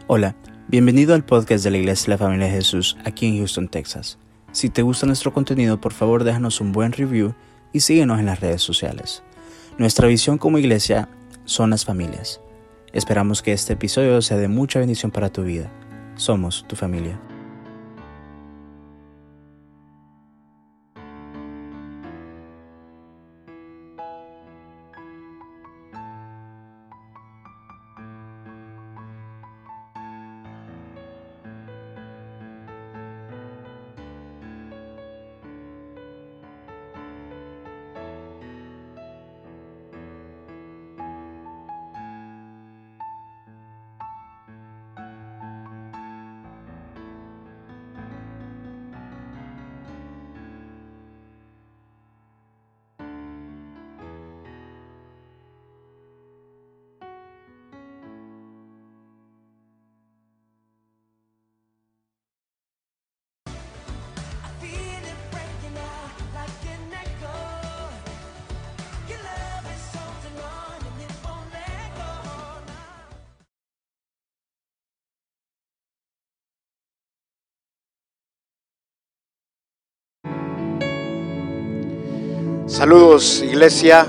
Hola, bienvenido al podcast de la Iglesia de la Familia de Jesús aquí en Houston, Texas. Si te gusta nuestro contenido, por favor déjanos un buen review y síguenos en las redes sociales. Nuestra visión como iglesia son las familias. Esperamos que este episodio sea de mucha bendición para tu vida. Somos tu familia. Saludos, iglesia.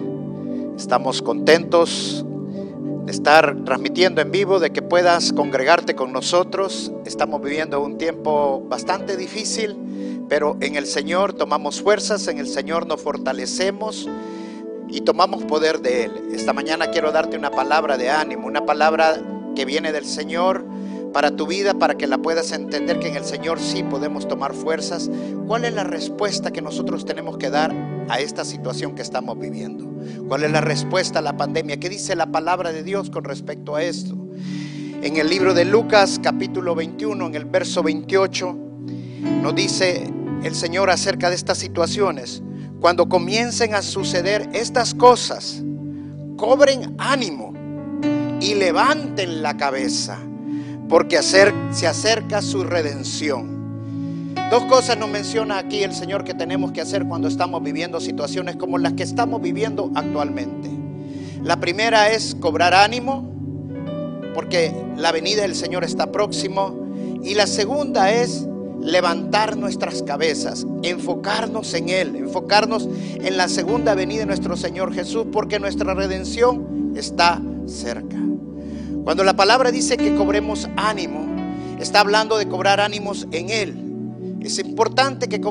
Estamos contentos de estar transmitiendo en vivo, de que puedas congregarte con nosotros. Estamos viviendo un tiempo bastante difícil, pero en el Señor tomamos fuerzas, en el Señor nos fortalecemos y tomamos poder de Él. Esta mañana quiero darte una palabra de ánimo, una palabra que viene del Señor para tu vida, para que la puedas entender, que en el Señor sí podemos tomar fuerzas. ¿Cuál es la respuesta que nosotros tenemos que dar a esta situación que estamos viviendo? ¿Cuál es la respuesta a la pandemia? ¿Qué dice la palabra de Dios con respecto a esto? En el libro de Lucas, capítulo 21, en el verso 28, nos dice el Señor acerca de estas situaciones: cuando comiencen a suceder estas cosas, cobren ánimo y levanten la cabeza, porque se acerca su redención. Dos cosas nos menciona aquí el Señor que tenemos que hacer cuando estamos viviendo situaciones como las que estamos viviendo actualmente. La primera es cobrar ánimo, porque la venida del Señor está próximo. Y la segunda es levantar nuestras cabezas, enfocarnos en Él, enfocarnos en la segunda venida de nuestro Señor Jesús, porque nuestra redención está cerca. Cuando la palabra dice que cobremos ánimo, está hablando de cobrar ánimos en Él. Es importante que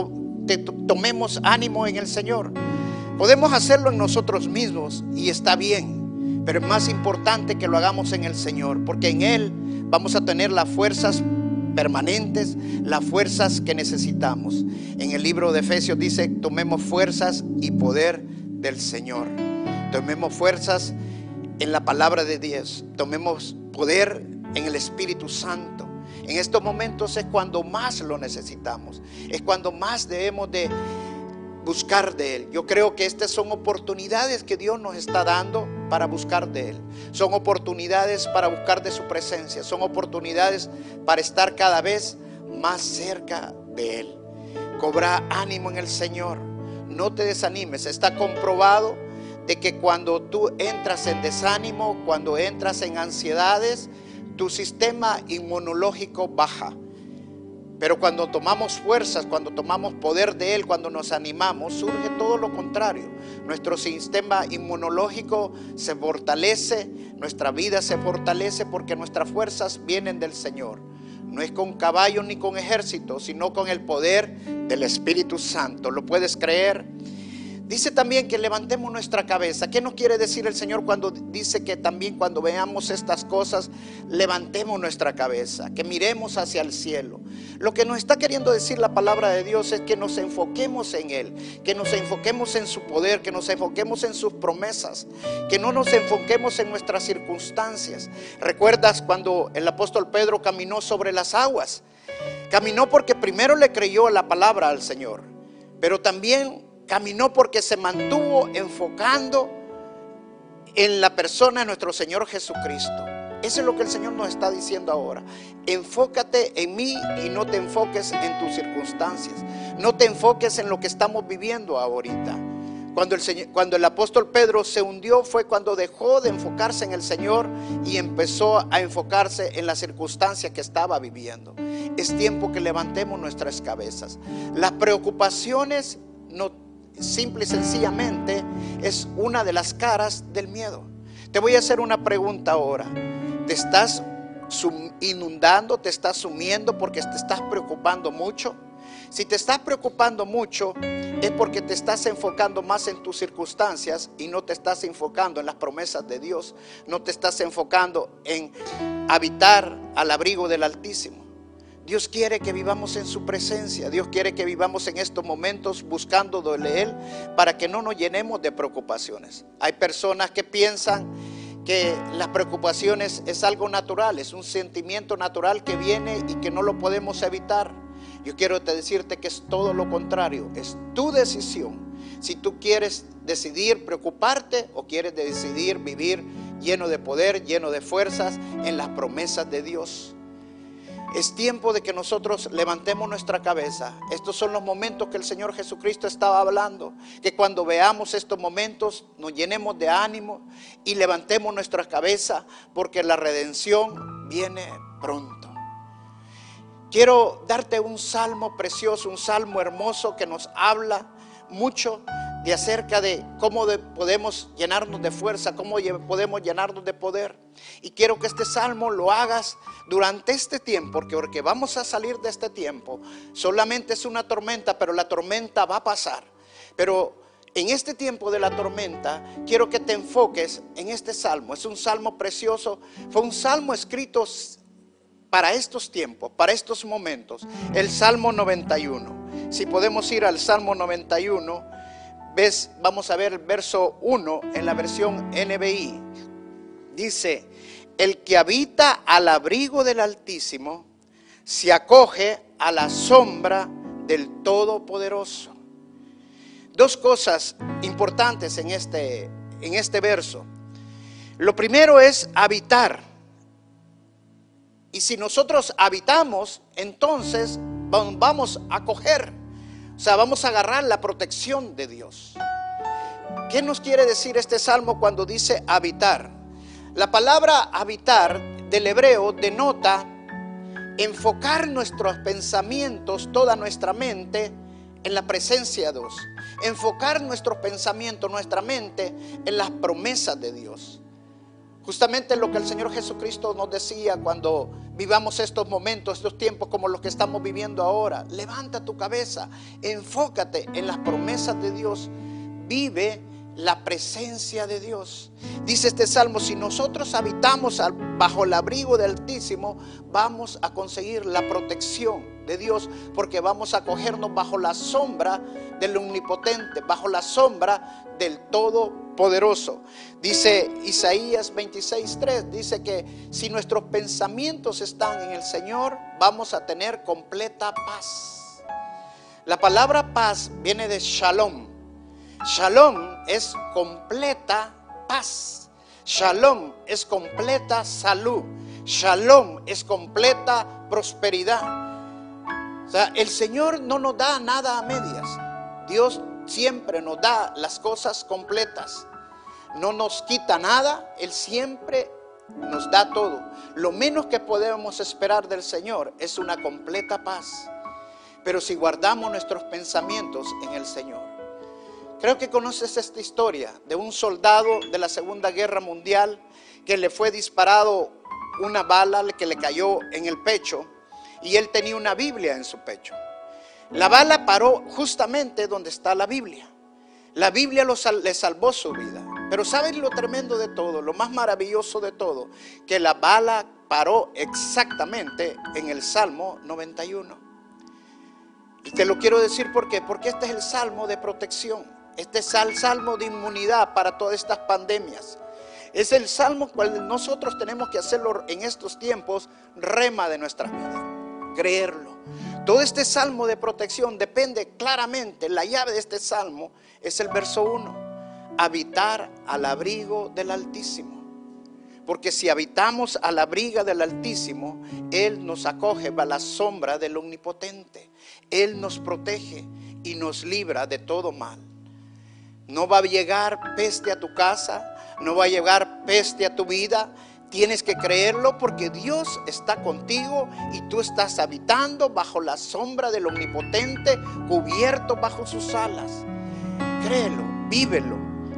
tomemos ánimo en el Señor. Podemos hacerlo en nosotros mismos y está bien, pero es más importante que lo hagamos en el Señor, porque en Él vamos a tener las fuerzas permanentes, las fuerzas que necesitamos. En el libro de Efesios dice: tomemos fuerzas y poder del Señor. Tomemos fuerzas en la palabra de Dios, tomemos poder en el Espíritu Santo. En estos momentos es cuando más lo necesitamos, es cuando más debemos de buscar de Él. Yo creo que estas son oportunidades que Dios nos está dando para buscar de Él. Son oportunidades para buscar de su presencia, son oportunidades para estar cada vez más cerca de Él. Cobra ánimo en el Señor, no te desanimes. Está comprobado de que cuando tú entras en desánimo, cuando entras en ansiedades, tu sistema inmunológico baja. Pero cuando tomamos fuerzas, cuando tomamos poder de Él, cuando nos animamos, surge todo lo contrario. Nuestro sistema inmunológico se fortalece, nuestra vida se fortalece, porque nuestras fuerzas vienen del Señor. No es con caballos ni con ejércitos, sino con el poder del Espíritu Santo. ¿Lo puedes creer? Dice también que levantemos nuestra cabeza. ¿Qué nos quiere decir el Señor cuando dice que también cuando veamos estas cosas, levantemos nuestra cabeza, que miremos hacia el cielo? Lo que nos está queriendo decir la palabra de Dios es que nos enfoquemos en Él, que nos enfoquemos en su poder, que nos enfoquemos en sus promesas, que no nos enfoquemos en nuestras circunstancias. ¿Recuerdas cuando el apóstol Pedro caminó sobre las aguas? Caminó porque primero le creyó a la palabra al Señor, pero también caminó porque se mantuvo enfocando en la persona de nuestro Señor Jesucristo. Eso es lo que el Señor nos está diciendo ahora. Enfócate en mí y no te enfoques en tus circunstancias. No te enfoques en lo que estamos viviendo ahorita. Cuando el apóstol Pedro se hundió fue cuando dejó de enfocarse en el Señor y empezó a enfocarse en las circunstancias que estaba viviendo. Es tiempo que levantemos nuestras cabezas. Las preocupaciones, no, simple y sencillamente, es una de las caras del miedo. Te voy a hacer una pregunta ahora. ¿Te estás inundando, te estás sumiendo porque te estás preocupando mucho? Si te estás preocupando mucho, es porque te estás enfocando más en tus circunstancias y no te estás enfocando en las promesas de Dios. No te estás enfocando en habitar al abrigo del Altísimo. Dios quiere que vivamos en su presencia. Dios quiere que vivamos en estos momentos buscando de Él para que no nos llenemos de preocupaciones. Hay personas que piensan que las preocupaciones es algo natural, es un sentimiento natural que viene y que no lo podemos evitar. Yo quiero decirte que es todo lo contrario, es tu decisión. Si tú quieres decidir preocuparte o quieres decidir vivir lleno de poder, lleno de fuerzas en las promesas de Dios. Es tiempo de que nosotros levantemos nuestra cabeza. Estos son los momentos que el Señor Jesucristo estaba hablando. Que cuando veamos estos momentos nos llenemos de ánimo y levantemos nuestra cabeza porque la redención viene pronto. Quiero darte un salmo precioso, un salmo hermoso que nos habla mucho de acerca de cómo podemos llenarnos de fuerza, cómo podemos llenarnos de poder. Y quiero que este salmo lo hagas durante este tiempo, porque vamos a salir de este tiempo. Solamente es una tormenta, pero la tormenta va a pasar. Pero en este tiempo de la tormenta, quiero que te enfoques en este salmo. Es un salmo precioso, fue un salmo escrito para estos tiempos, para estos momentos. El Salmo 91. Si podemos ir al Salmo 91, vamos a ver el verso 1 en la versión NBI. Dice: el que habita al abrigo del Altísimo se acoge a la sombra del Todopoderoso. Dos cosas importantes en este verso. Lo primero es habitar. Y si nosotros habitamos, entonces vamos a coger, o sea, vamos a agarrar la protección de Dios. ¿Qué nos quiere decir este salmo cuando dice habitar? La palabra habitar del hebreo denota enfocar nuestros pensamientos, toda nuestra mente en la presencia de Dios. Enfocar nuestros pensamientos, nuestra mente en las promesas de Dios. Justamente lo que el Señor Jesucristo nos decía cuando vivamos estos momentos, estos tiempos como los que estamos viviendo ahora. Levanta tu cabeza, enfócate en las promesas de Dios, vive la presencia de Dios. Dice este salmo: si nosotros habitamos bajo el abrigo del Altísimo, vamos a conseguir la protección de Dios, porque vamos a acogernos bajo la sombra del Omnipotente, bajo la sombra del Todopoderoso. Dice Isaías 26:3, dice que si nuestros pensamientos están en el Señor, vamos a tener completa paz. La palabra paz viene de shalom. Shalom es completa paz. Shalom es completa salud. Shalom es completa prosperidad. O sea, el Señor no nos da nada a medias. Dios siempre nos da las cosas completas. No nos quita nada. Él siempre nos da todo. Lo menos que podemos esperar del Señor es una completa paz. Pero si guardamos nuestros pensamientos en el Señor. Creo que conoces esta historia de un soldado de la Segunda Guerra Mundial que le fue disparado una bala que le cayó en el pecho y él tenía una Biblia en su pecho. La bala paró justamente donde está la Biblia. La Biblia le salvó su vida. Pero ¿sabes lo tremendo de todo? Lo más maravilloso de todo, que la bala paró exactamente en el Salmo 91. Y te lo quiero decir ¿por qué? Porque este es el salmo de protección. Este es el salmo de inmunidad para todas estas pandemias. Es el salmo cual nosotros tenemos que hacerlo en estos tiempos, rema de nuestras vidas. Creerlo. Todo este salmo de protección depende claramente, la llave de este salmo es el verso 1. Habitar al abrigo del Altísimo. Porque si habitamos al abrigo del Altísimo, Él nos acoge bajo la sombra del Omnipotente. Él nos protege y nos libra de todo mal. No va a llegar peste a tu casa, no va a llegar peste a tu vida. Tienes que creerlo porque Dios está contigo y tú estás habitando bajo la sombra del Omnipotente, cubierto bajo sus alas. Créelo, vívelo.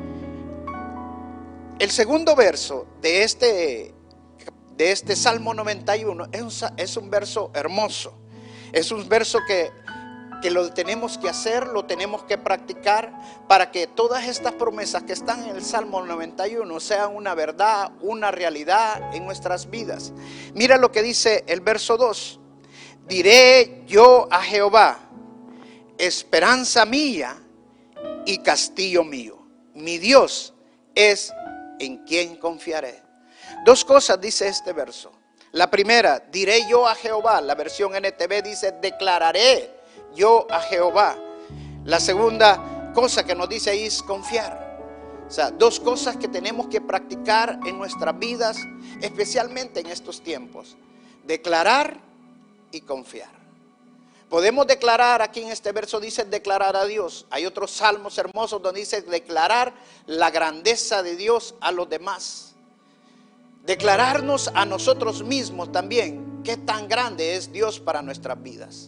El segundo verso de este Salmo 91 es un verso hermoso. Es un verso que lo tenemos que hacer, lo tenemos que practicar para que todas estas promesas que están en el Salmo 91 sean una verdad, una realidad en nuestras vidas. Mira lo que dice el verso 2. Diré yo a Jehová, esperanza mía y castillo mío. Mi Dios es en quien confiaré. Dos cosas dice este verso. La primera, diré yo a Jehová. La versión NTV dice, declararé yo a Jehová. La segunda cosa que nos dice ahí es confiar. O sea, dos cosas que tenemos que practicar en nuestras vidas, especialmente en estos tiempos. Declarar y confiar. Podemos declarar, aquí en este verso dice declarar a Dios. Hay otros salmos hermosos donde dice declarar la grandeza de Dios a los demás. Declararnos a nosotros mismos también qué tan grande es Dios para nuestras vidas.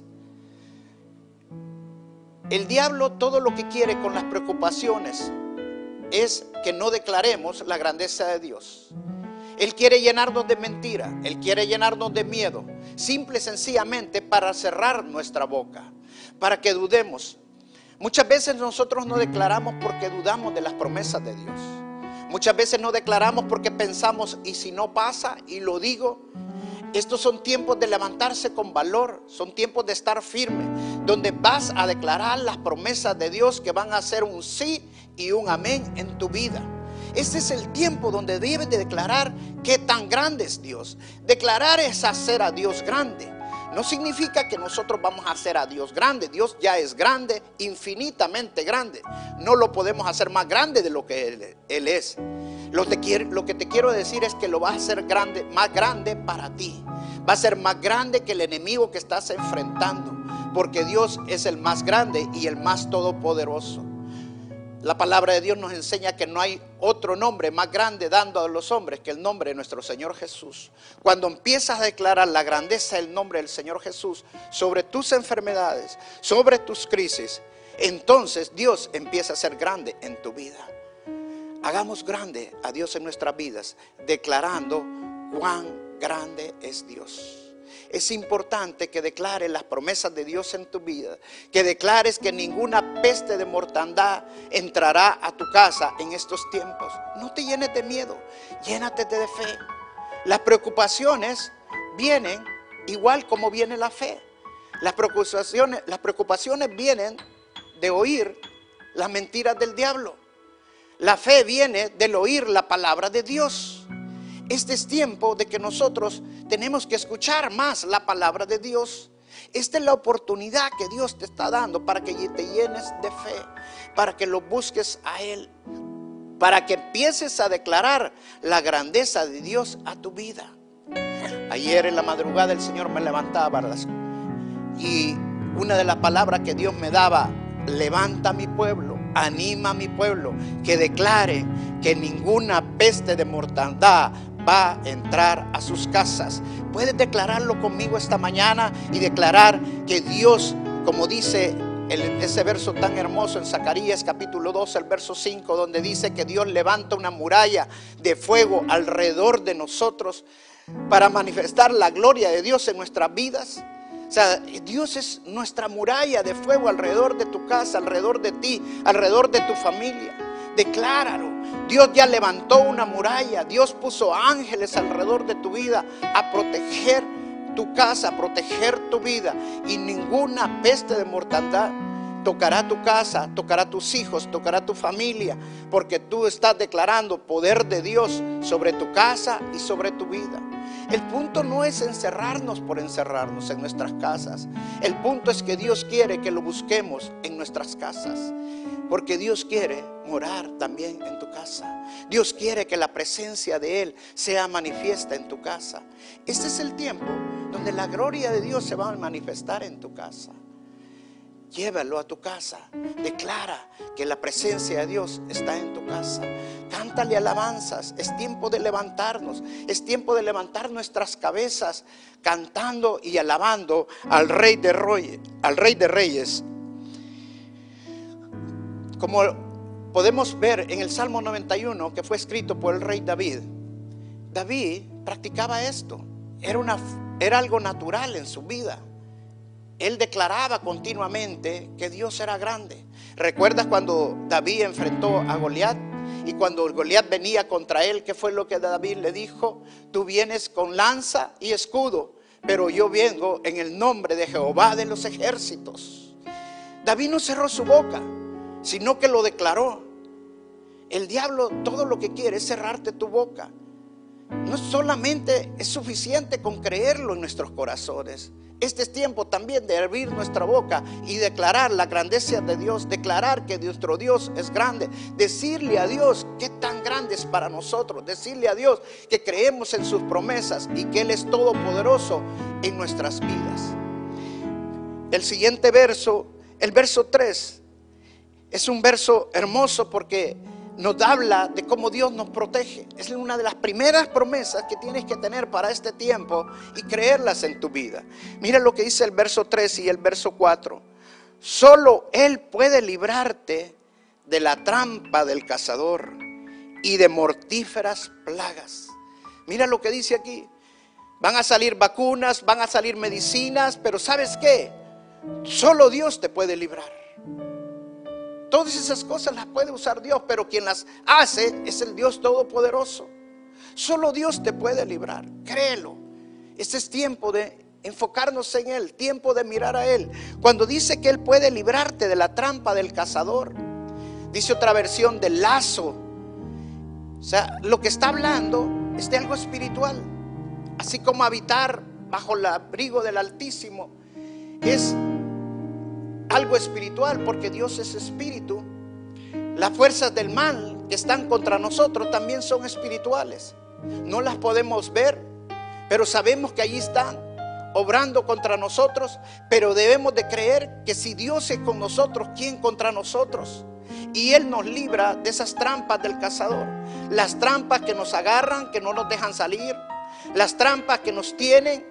El diablo todo lo que quiere con las preocupaciones es que no declaremos la grandeza de Dios. Él quiere llenarnos de mentira, Él quiere llenarnos de miedo, simple y sencillamente para cerrar nuestra boca, para que dudemos. Muchas veces nosotros no declaramos porque dudamos de las promesas de Dios. Muchas veces no declaramos porque pensamos, ¿y si no pasa? Y lo digo. Estos son tiempos de levantarse con valor, son tiempos de estar firme, donde vas a declarar las promesas de Dios que van a ser un sí y un amén en tu vida. Este es el tiempo donde debes de declarar qué tan grande es Dios. Declarar es hacer a Dios grande. No significa que nosotros vamos a hacer a Dios grande. Dios ya es grande, infinitamente grande. No lo podemos hacer más grande de lo que Él es. Lo que te quiero decir es que lo vas a hacer grande, más grande para ti. Va a ser más grande que el enemigo que estás enfrentando. Porque Dios es el más grande y el más todopoderoso. La palabra de Dios nos enseña que no hay otro nombre más grande dando a los hombres que el nombre de nuestro Señor Jesús. Cuando empiezas a declarar la grandeza del nombre del Señor Jesús sobre tus enfermedades, sobre tus crisis, entonces Dios empieza a ser grande en tu vida. Hagamos grande a Dios en nuestras vidas, declarando cuán grande es Dios. Es importante que declares las promesas de Dios en tu vida, que declares que ninguna peste de mortandad entrará a tu casa en estos tiempos. No te llenes de miedo, llénate de fe. Las preocupaciones vienen igual como viene la fe. Las preocupaciones vienen de oír las mentiras del diablo. La fe viene del oír la palabra de Dios. Este es tiempo de que nosotros tenemos que escuchar más la palabra de Dios. Esta es la oportunidad que Dios te está dando para que te llenes de fe, para que lo busques a Él, para que empieces a declarar la grandeza de Dios a tu vida. Ayer en la madrugada el Señor me levantaba y una de las palabras que Dios me daba: levanta a mi pueblo, anima a mi pueblo, que declare que ninguna peste de mortandad va a entrar a sus casas. Puedes declararlo conmigo esta mañana y declarar que Dios, como dice ese verso tan hermoso en Zacarías capítulo 2, el verso 5, donde dice que Dios levanta una muralla de fuego alrededor de nosotros para manifestar la gloria de Dios en nuestras vidas. O sea, Dios es nuestra muralla de fuego alrededor de tu casa, alrededor de ti, alrededor de tu familia. Decláralo. Dios ya levantó una muralla. Dios puso ángeles alrededor de tu vida a proteger tu casa, a proteger tu vida. Y ninguna peste de mortandad tocará tu casa, tocará tus hijos, tocará tu familia, porque tú estás declarando poder de Dios sobre tu casa y sobre tu vida. El punto no es encerrarnos por encerrarnos en nuestras casas. El punto es que Dios quiere que lo busquemos en nuestras casas, porque Dios quiere morar también en tu casa. Dios quiere que la presencia de Él sea manifiesta en tu casa. Este es el tiempo donde la gloria de Dios se va a manifestar en tu casa. llévalo a tu casa. Declara que la presencia de Dios está en tu casa. Cántale alabanzas. Es tiempo de levantarnos. Es tiempo de levantar nuestras cabezas cantando y alabando al Rey de Reyes. Como podemos ver en el Salmo 91, que fue escrito por el rey David. David practicaba esto. Era algo natural en su vida. Él declaraba continuamente que Dios era grande. ¿Recuerdas cuando David enfrentó a Goliat? Y cuando Goliat venía contra él, ¿qué fue lo que David le dijo? Tú vienes con lanza y escudo, pero yo vengo en el nombre de Jehová de los ejércitos. David no cerró su boca, sino que lo declaró. El diablo todo lo que quiere es cerrarte tu boca. No solamente es suficiente con creerlo en nuestros corazones. Este es tiempo también de abrir nuestra boca y declarar la grandeza de Dios, declarar que nuestro Dios es grande, decirle a Dios qué tan grande es para nosotros, decirle a Dios que creemos en sus promesas y que Él es todopoderoso en nuestras vidas. El siguiente verso, el verso 3, es un verso hermoso porque nos habla de cómo Dios nos protege. Es una de las primeras promesas que tienes que tener para este tiempo y creerlas en tu vida. Mira lo que dice el verso 3 y el verso 4. Solo Él puede librarte de la trampa del cazador y de mortíferas plagas. Mira lo que dice aquí. Van a salir vacunas, van a salir medicinas, pero ¿sabes qué? Solo Dios te puede librar. Todas esas cosas las puede usar Dios, pero quien las hace es el Dios todopoderoso. Solo Dios te puede librar, créelo. Este es tiempo de enfocarnos en Él, tiempo de mirar a Él. Cuando dice que Él puede librarte de la trampa del cazador, dice otra versión del lazo. O sea, lo que está hablando es de algo espiritual. Así como habitar bajo el abrigo del Altísimo es algo espiritual, porque Dios es espíritu. Las fuerzas del mal que están contra nosotros también son espirituales. No las podemos ver, pero sabemos que allí están obrando contra nosotros. Pero debemos de creer que si Dios es con nosotros, ¿quién contra nosotros? Y Él nos libra de esas trampas del cazador. Las trampas que nos agarran, que no nos dejan salir. Las trampas que nos tienen.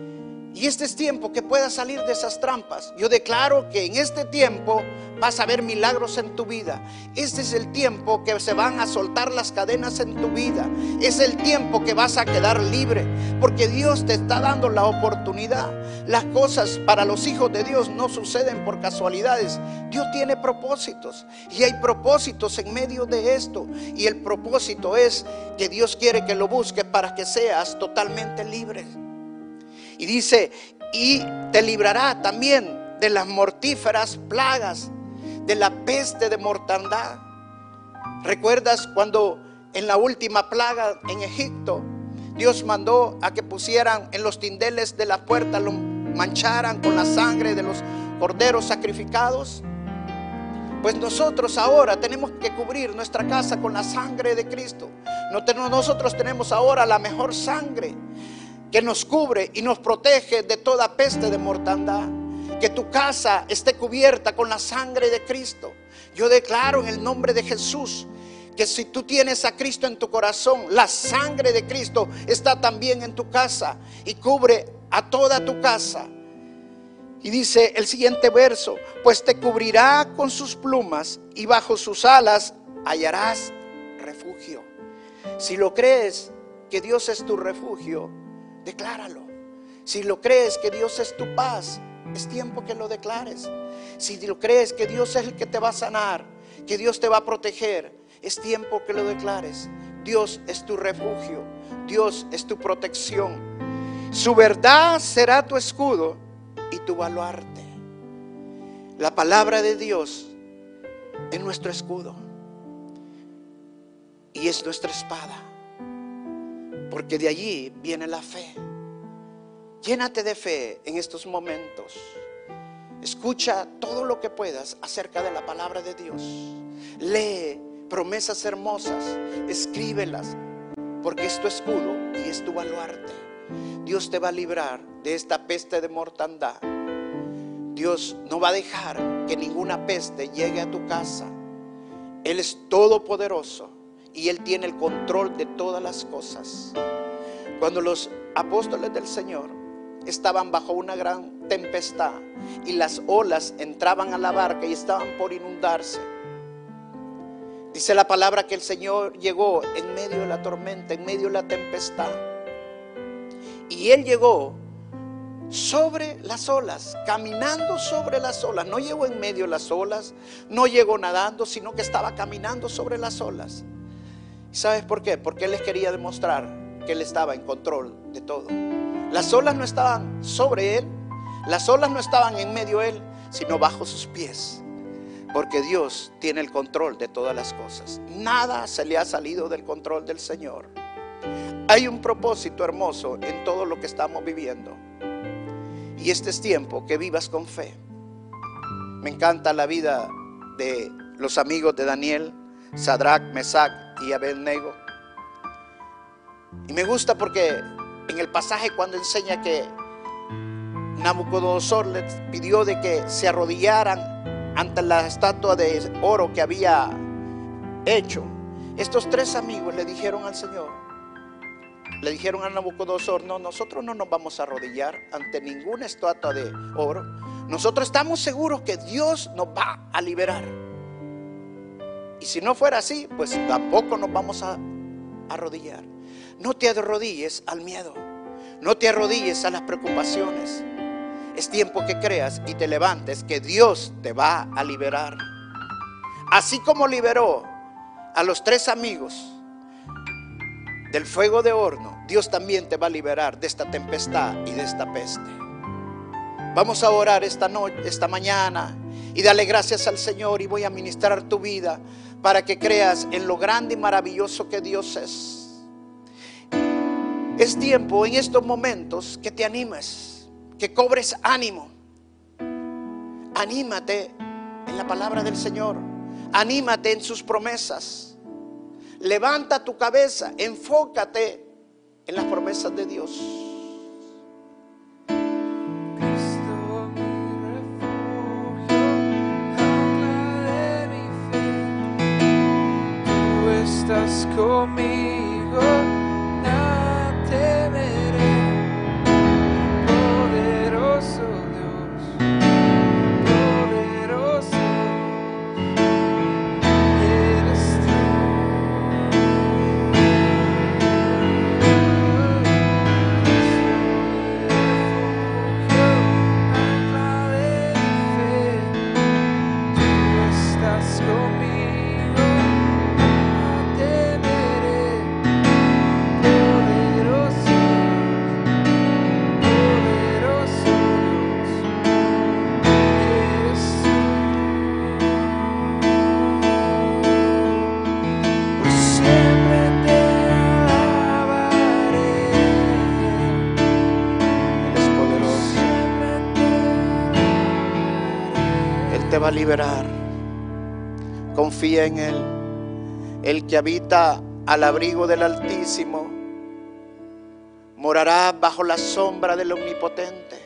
Y este es tiempo que puedas salir de esas trampas. Yo declaro que en este tiempo vas a ver milagros en tu vida. Este es el tiempo que se van a soltar las cadenas en tu vida. Es el tiempo que vas a quedar libre, porque Dios te está dando la oportunidad. Las cosas para los hijos de Dios no suceden por casualidades. Dios tiene propósitos, y hay propósitos en medio de esto. Y el propósito es que Dios quiere que lo busques para que seas totalmente libre. Y dice, y te librará también de las mortíferas plagas, de la peste de mortandad. ¿Recuerdas cuando en la última plaga en Egipto, Dios mandó a que pusieran en los dinteles de la puerta, lo mancharan con la sangre de los corderos sacrificados? Pues nosotros ahora tenemos que cubrir nuestra casa con la sangre de Cristo. Nosotros tenemos ahora la mejor sangre que nos cubre y nos protege de toda peste de mortandad. Que tu casa esté cubierta con la sangre de Cristo. Yo declaro en el nombre de Jesús que si tú tienes a Cristo en tu corazón, la sangre de Cristo está también en tu casa y cubre a toda tu casa. Y dice el siguiente verso: pues te cubrirá con sus plumas y bajo sus alas hallarás refugio. Si lo crees que Dios es tu refugio, decláralo. Si lo crees que Dios es tu paz, es tiempo que lo declares. Si lo crees que Dios es el que te va a sanar, que Dios te va a proteger, es tiempo que lo declares. Dios es tu refugio, Dios es tu protección. Su verdad será tu escudo y tu baluarte. La palabra de Dios es nuestro escudo y es nuestra espada, porque de allí viene la fe. Llénate de fe en estos momentos. Escucha todo lo que puedas acerca de la palabra de Dios. Lee promesas hermosas, escríbelas, porque es tu escudo y es tu baluarte. Dios te va a librar de esta peste de mortandad. Dios no va a dejar que ninguna peste llegue a tu casa. Él es todopoderoso y Él tiene el control de todas las cosas. Cuando los apóstoles del Señor estaban bajo una gran tempestad y las olas entraban a la barca y estaban por inundarse, dice la palabra que el Señor llegó en medio de la tormenta, en medio de la tempestad. Y Él llegó sobre las olas, caminando sobre las olas. No llegó en medio de las olas, no llegó nadando, sino que estaba caminando sobre las olas. ¿Sabes por qué? Porque Él les quería demostrar que Él estaba en control de todo. Las olas no estaban sobre Él, las olas no estaban en medio de Él, sino bajo sus pies. Porque Dios tiene el control de todas las cosas. Nada se le ha salido del control del Señor. Hay un propósito hermoso en todo lo que estamos viviendo. Y este es tiempo que vivas con fe. Me encanta la vida de los amigos de Daniel, Sadrach, Mesach y Abednego. Y me gusta porque en el pasaje cuando enseña que Nabucodonosor les pidió de que se arrodillaran ante la estatua de oro que había hecho, estos tres amigos le dijeron al Señor, le dijeron a Nabucodonosor: no, nosotros no nos vamos a arrodillar ante ninguna estatua de oro. Nosotros estamos seguros que Dios nos va a liberar. Y si no fuera así, pues tampoco nos vamos a arrodillar. No te arrodilles al miedo, no te arrodilles a las preocupaciones. Es tiempo que creas y te levantes, que Dios te va a liberar. Así como liberó a los tres amigos del fuego de horno, Dios también te va a liberar de esta tempestad y de esta peste. Vamos a orar esta noche, esta mañana, y darle gracias al Señor, y voy a ministrar tu vida para que creas en lo grande y maravilloso que Dios es. Es tiempo en estos momentos que te animes, que cobres ánimo. Anímate en la palabra del Señor, anímate en sus promesas. Levanta tu cabeza, enfócate en las promesas de Dios. Cristo, mi refugio, ancla de mi fe. Tú estás conmigo, nada temeré. Poderoso Dios, poderoso eres tú. Te va a liberar. Confía en Él. El que habita al abrigo del Altísimo morará bajo la sombra del Omnipotente.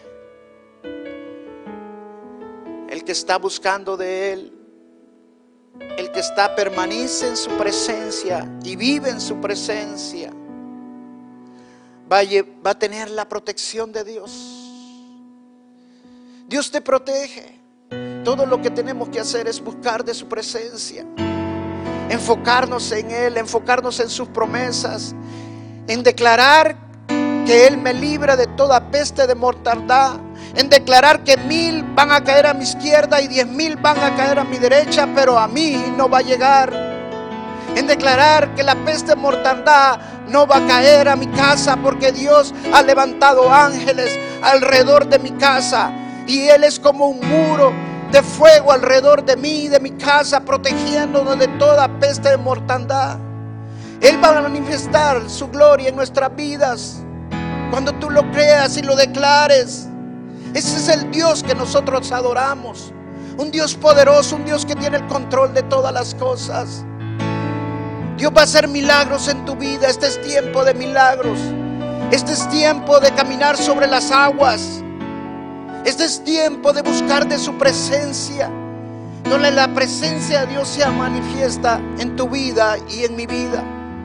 El que está buscando de Él, el que permanece en su presencia y vive en su presencia, va a tener la protección de Dios. Dios te protege. Todo lo que tenemos que hacer es buscar de su presencia, enfocarnos en Él, enfocarnos en sus promesas, en declarar que Él me libra de toda peste de mortandad, en declarar que 1000 van a caer a mi izquierda y 10,000 van a caer a mi derecha, pero a mí no va a llegar. En declarar que la peste de mortandad no va a caer a mi casa, porque Dios ha levantado ángeles alrededor de mi casa, y Él es como un muro de fuego alrededor de mí y de mi casa, protegiéndonos de toda peste de mortandad. Él va a manifestar su gloria en nuestras vidas cuando tú lo creas y lo declares. Ese es el Dios que nosotros adoramos, un Dios poderoso, un Dios que tiene el control de todas las cosas. Dios va a hacer milagros en tu vida. Este es tiempo de milagros. Este es tiempo de caminar sobre las aguas. Este es tiempo de buscar de su presencia, donde la presencia de Dios sea manifiesta en tu vida y en mi vida.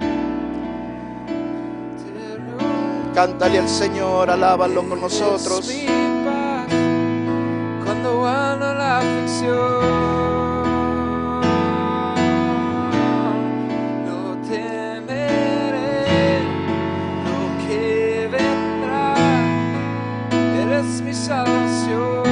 Cántale al Señor, alábalo con nosotros. Es mi paz cuando ando la aflicción. No temeré lo que vendrá. Eres mi salvación.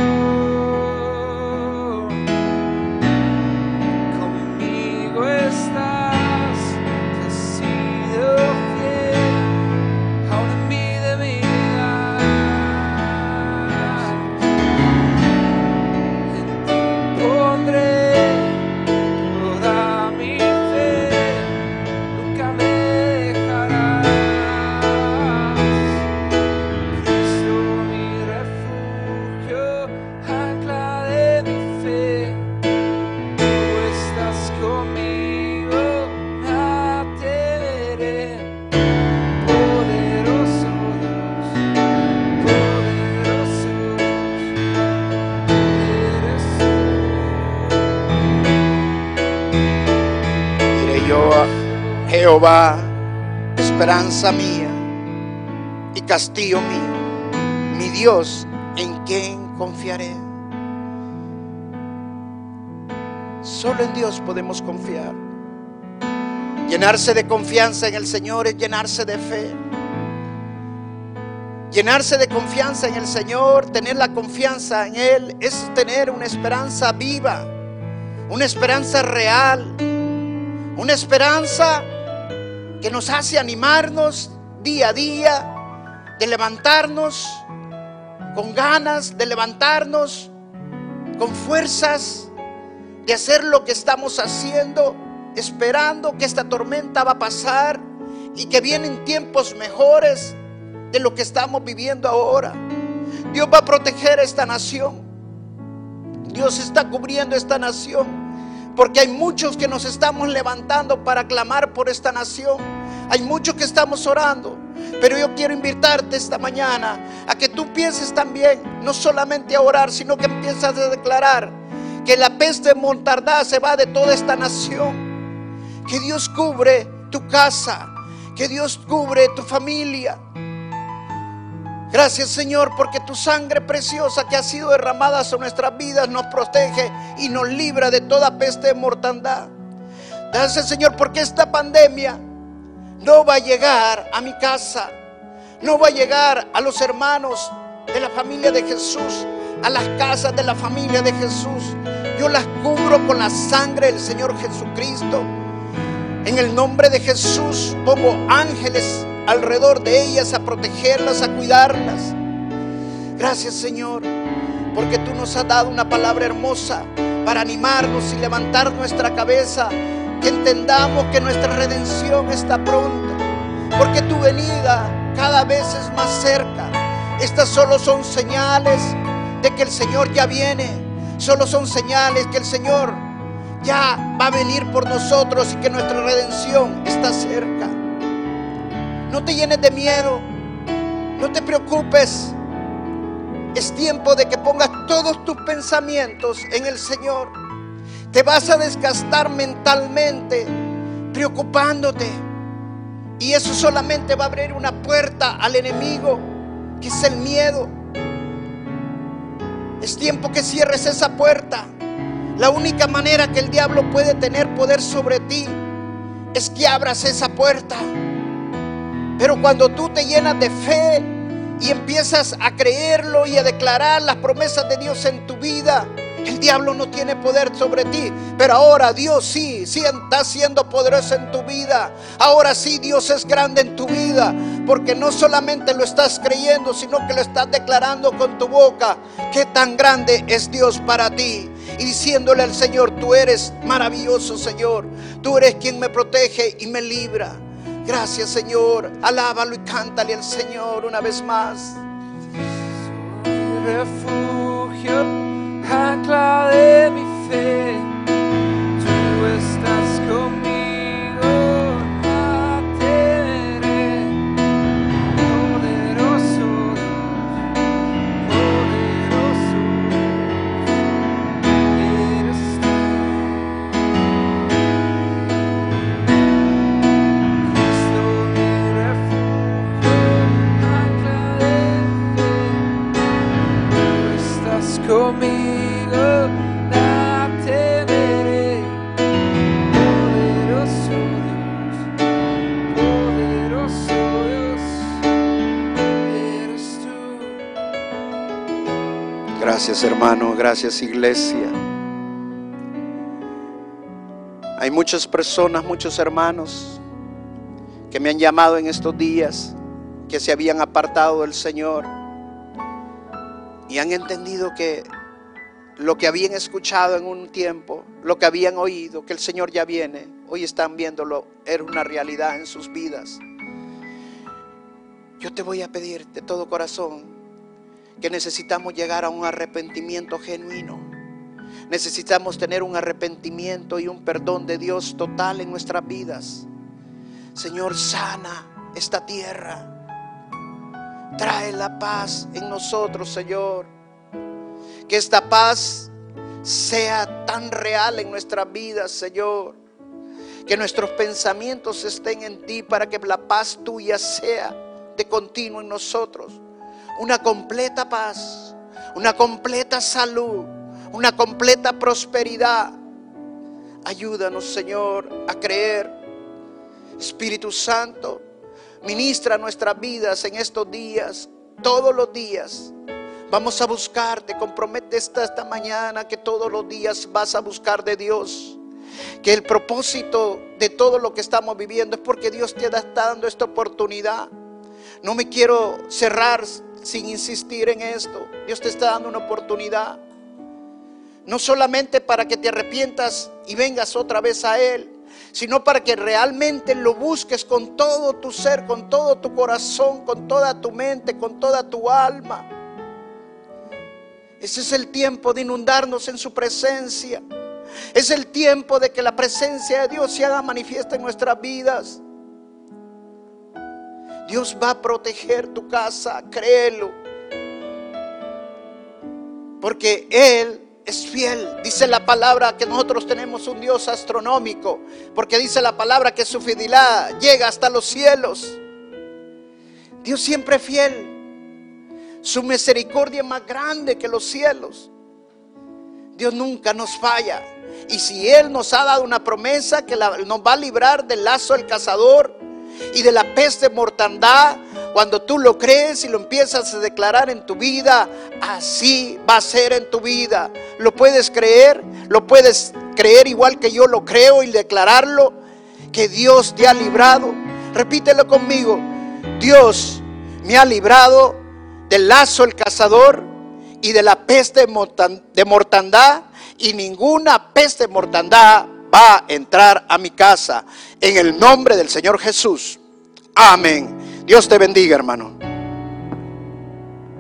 Conmigo estás, te has sido fiel. Aún en mi debilidad, en ti pondré toda mi fe, nunca me dejarás. Cristo mi refugio, ancla de mi fe, tú estás conmigo, nada temeré. Poderoso Dios, poderoso eres Diré yo a Jehová, esperanza mía y castillo mío, mi Dios, en quien confiaré. Solo en Dios podemos confiar. Llenarse de confianza en el Señor es llenarse de fe. Llenarse de confianza en el Señor, tener la confianza en Él, es tener una esperanza viva, una esperanza real, una esperanza que nos hace animarnos día a día, de levantarnos con ganas, de levantarnos con fuerzas, de hacer lo que estamos haciendo, esperando que esta tormenta va a pasar y que vienen tiempos mejores de lo que estamos viviendo ahora. Dios va a proteger esta nación. Dios está cubriendo esta nación, porque hay muchos que nos estamos levantando para clamar por esta nación. Hay muchos que estamos orando, pero yo quiero invitarte esta mañana a que tú pienses también, no solamente a orar, sino que empieces a declarar que la peste mortandad se va de toda esta nación, que Dios cubre tu casa, que Dios cubre tu familia. Gracias, Señor, porque tu sangre preciosa que ha sido derramada sobre nuestras vidas nos protege y nos libra de toda peste de mortandad. Gracias, Señor, porque esta pandemia no va a llegar a mi casa, no va a llegar a los hermanos de la familia de Jesús, a las casas de la familia de Jesús. Yo las cubro con la sangre del Señor Jesucristo. En el nombre de Jesús pongo ángeles alrededor de ellas a protegerlas, a cuidarlas. Gracias, Señor, porque tú nos has dado una palabra hermosa para animarnos y levantar nuestra cabeza, que entendamos que nuestra redención está pronta, porque tu venida cada vez es más cerca. Estas solo son señales de que el Señor ya viene, solo son señales que el Señor ya va a venir por nosotros y que nuestra redención está cerca. No te llenes de miedo, no te preocupes. Es tiempo de que pongas todos tus pensamientos en el Señor. Te vas a desgastar mentalmente preocupándote, y eso solamente va a abrir una puerta al enemigo, que es el miedo. Es tiempo que cierres esa puerta. La única manera que el diablo puede tener poder sobre ti es que abras esa puerta. Pero cuando tú te llenas de fe y empiezas a creerlo y a declarar las promesas de Dios en tu vida, el diablo no tiene poder sobre ti. Pero ahora Dios sí está siendo poderoso en tu vida. Ahora sí Dios es grande en tu vida, porque no solamente lo estás creyendo, sino que lo estás declarando con tu boca. Qué tan grande es Dios para ti, y diciéndole al Señor: tú eres maravilloso, Señor. Tú eres quien me protege y me libra. Gracias, Señor. Alábalo y cántale al Señor una vez más. Soy mi refugio, ancla de mi fe. Tú estás conmigo, nada temeré. Poderoso Dios, poderoso conmigo, nada temeré. Poderoso Dios, eres tú. Gracias, hermano, gracias, iglesia. Hay muchas personas, muchos hermanos que me han llamado en estos días, que se habían apartado del Señor y han entendido que lo que habían escuchado en un tiempo, lo que habían oído, que el Señor ya viene, hoy están viéndolo, era una realidad en sus vidas. Yo te voy a pedir de todo corazón que necesitamos llegar a un arrepentimiento genuino. Necesitamos tener un arrepentimiento y un perdón de Dios total en nuestras vidas. Señor, sana esta tierra. Trae la paz en nosotros, Señor. Que esta paz sea tan real en nuestras vidas, Señor. Que nuestros pensamientos estén en ti para que la paz tuya sea de continuo en nosotros. Una completa paz, una completa salud, una completa prosperidad. Ayúdanos, Señor, a creer. Espíritu Santo, ministra nuestras vidas en estos días, todos los días. Vamos a buscarte, compromete esta mañana que todos los días vas a buscar de Dios. Que el propósito de todo lo que estamos viviendo es porque Dios te está dando esta oportunidad. No me quiero cerrar sin insistir en esto. Dios te está dando una oportunidad. No solamente para que te arrepientas y vengas otra vez a Él, sino para que realmente lo busques con todo tu ser, con todo tu corazón, con toda tu mente, con toda tu alma. Ese es el tiempo de inundarnos en su presencia. Es el tiempo de que la presencia de Dios se haga manifiesta en nuestras vidas. Dios va a proteger tu casa, créelo. Porque Él es fiel. Dice la palabra que nosotros tenemos un Dios astronómico, porque dice la palabra que su fidelidad llega hasta los cielos. Dios siempre es fiel. Su misericordia es más grande que los cielos. Dios nunca nos falla. Y si Él nos ha dado una promesa que nos va a librar del lazo del cazador y de la peste mortandad, cuando tú lo crees y lo empiezas a declarar en tu vida, así va a ser en tu vida. ¿Lo puedes creer? ¿Lo puedes creer igual que yo lo creo y declararlo? Que Dios te ha librado. Repítelo conmigo. Dios me ha librado del lazo del cazador y de la peste de mortandad, y ninguna peste de mortandad va a entrar a mi casa. En el nombre del Señor Jesús. Amén. Dios te bendiga, hermano.